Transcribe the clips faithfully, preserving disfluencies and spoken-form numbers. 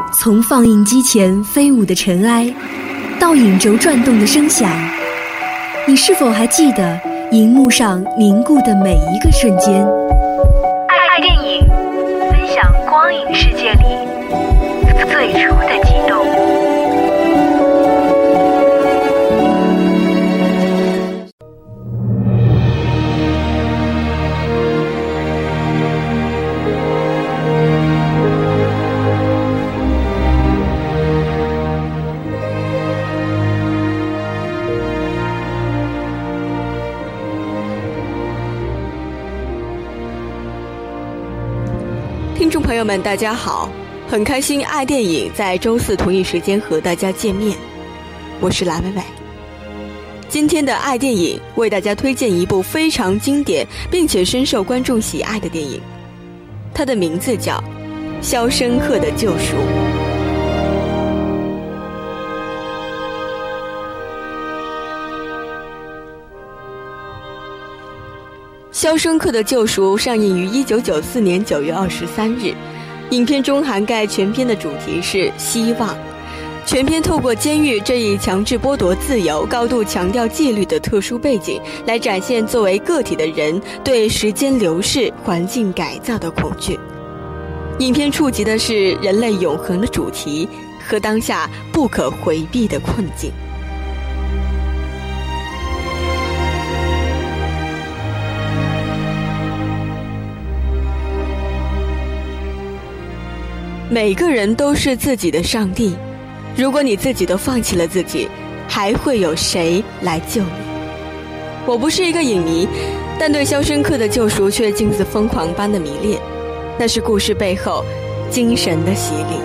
从放映机前飞舞的尘埃，到影轴转动的声响，你是否还记得荧幕上凝固的每一个瞬间？ 爱电影，分享光影世界里最初的激动。 听众朋友们大家好，很开心爱电影在周四同一时间和大家见面，我是蓝伟伟。今天的爱电影为大家推荐一部非常经典并且深受观众喜爱的电影，它的名字叫《肖申克的救赎》。《肖申克的救赎》上映于一九九四年九月二十三日，影片中涵盖全片的主题是希望。全片透过监狱这一强制剥夺自由、高度强调纪律的特殊背景，来展现作为个体的人对时间流逝、环境改造的恐惧。影片触及的是人类永恒的主题和当下不可回避的困境。每个人都是自己的上帝，如果你自己都放弃了自己，还会有谁来救你？我不是一个影迷，但对《肖申克的救赎》却近似疯狂般的迷恋，那是故事背后精神的洗礼。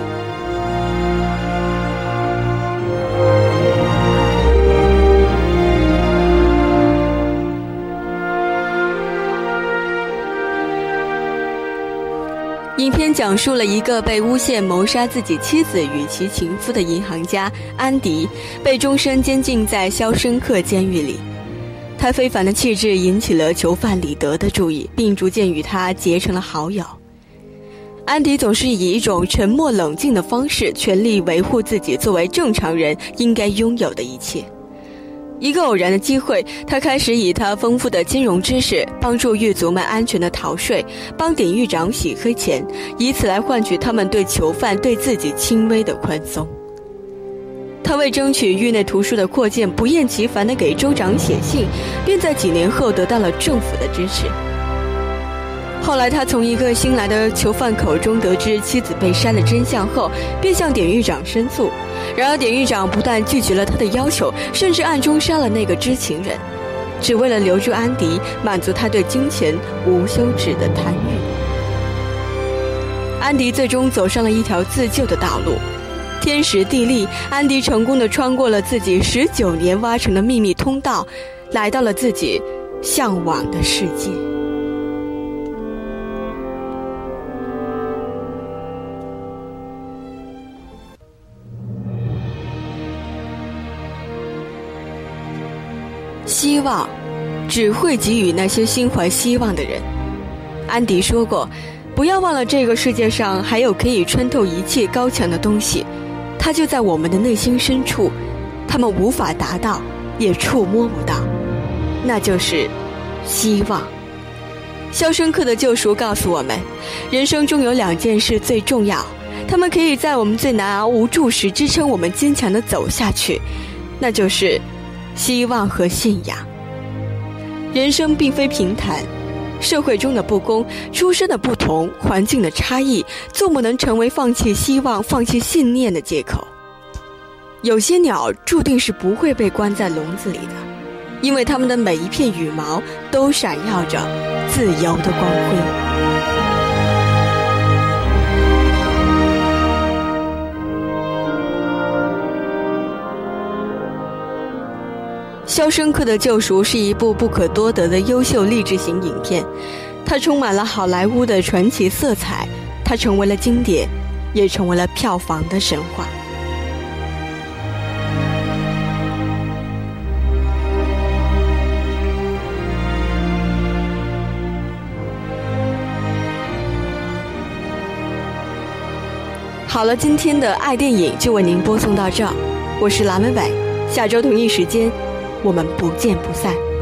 影片讲述了一个被诬陷谋杀自己妻子与其情夫的银行家安迪，被终身监禁在肖申克监狱里。他非凡的气质引起了囚犯李德的注意，并逐渐与他结成了好友。安迪总是以一种沉默冷静的方式，全力维护自己作为正常人应该拥有的一切。一个偶然的机会，他开始以他丰富的金融知识帮助狱卒们安全的逃税，帮典狱长洗黑钱，以此来换取他们对囚犯对自己轻微的宽松。他为争取狱内图书的扩建，不厌其烦地给州长写信，并在几年后得到了政府的支持。后来他从一个新来的囚犯口中得知妻子被杀的真相后，便向典狱长申诉，然而典狱长不但拒绝了他的要求，甚至暗中杀了那个知情人，只为了留住安迪，满足他对金钱无休止的贪欲。安迪最终走上了一条自救的道路，天时地利，安迪成功地穿过了自己十九年挖成的秘密通道，来到了自己向往的世界。希望只会给予那些心怀希望的人。安迪说过，不要忘了这个世界上还有可以穿透一切高墙的东西，它就在我们的内心深处，他们无法达到也触摸不到，那就是希望。肖申克的救赎告诉我们，人生中有两件事最重要，它们可以在我们最难熬无助时支撑我们坚强地走下去，那就是希望和信仰。人生并非平坦，社会中的不公、出身的不同、环境的差异，总不能成为放弃希望、放弃信念的借口。有些鸟注定是不会被关在笼子里的，因为它们的每一片羽毛都闪耀着自由的光辉。《肖申克的救赎》是一部不可多得的优秀励志型影片，它充满了好莱坞的传奇色彩，它成为了经典，也成为了票房的神话。 好了，今天的爱电影就为您播送到这儿，我是蓝莓北，下周同一时间我们不见不散。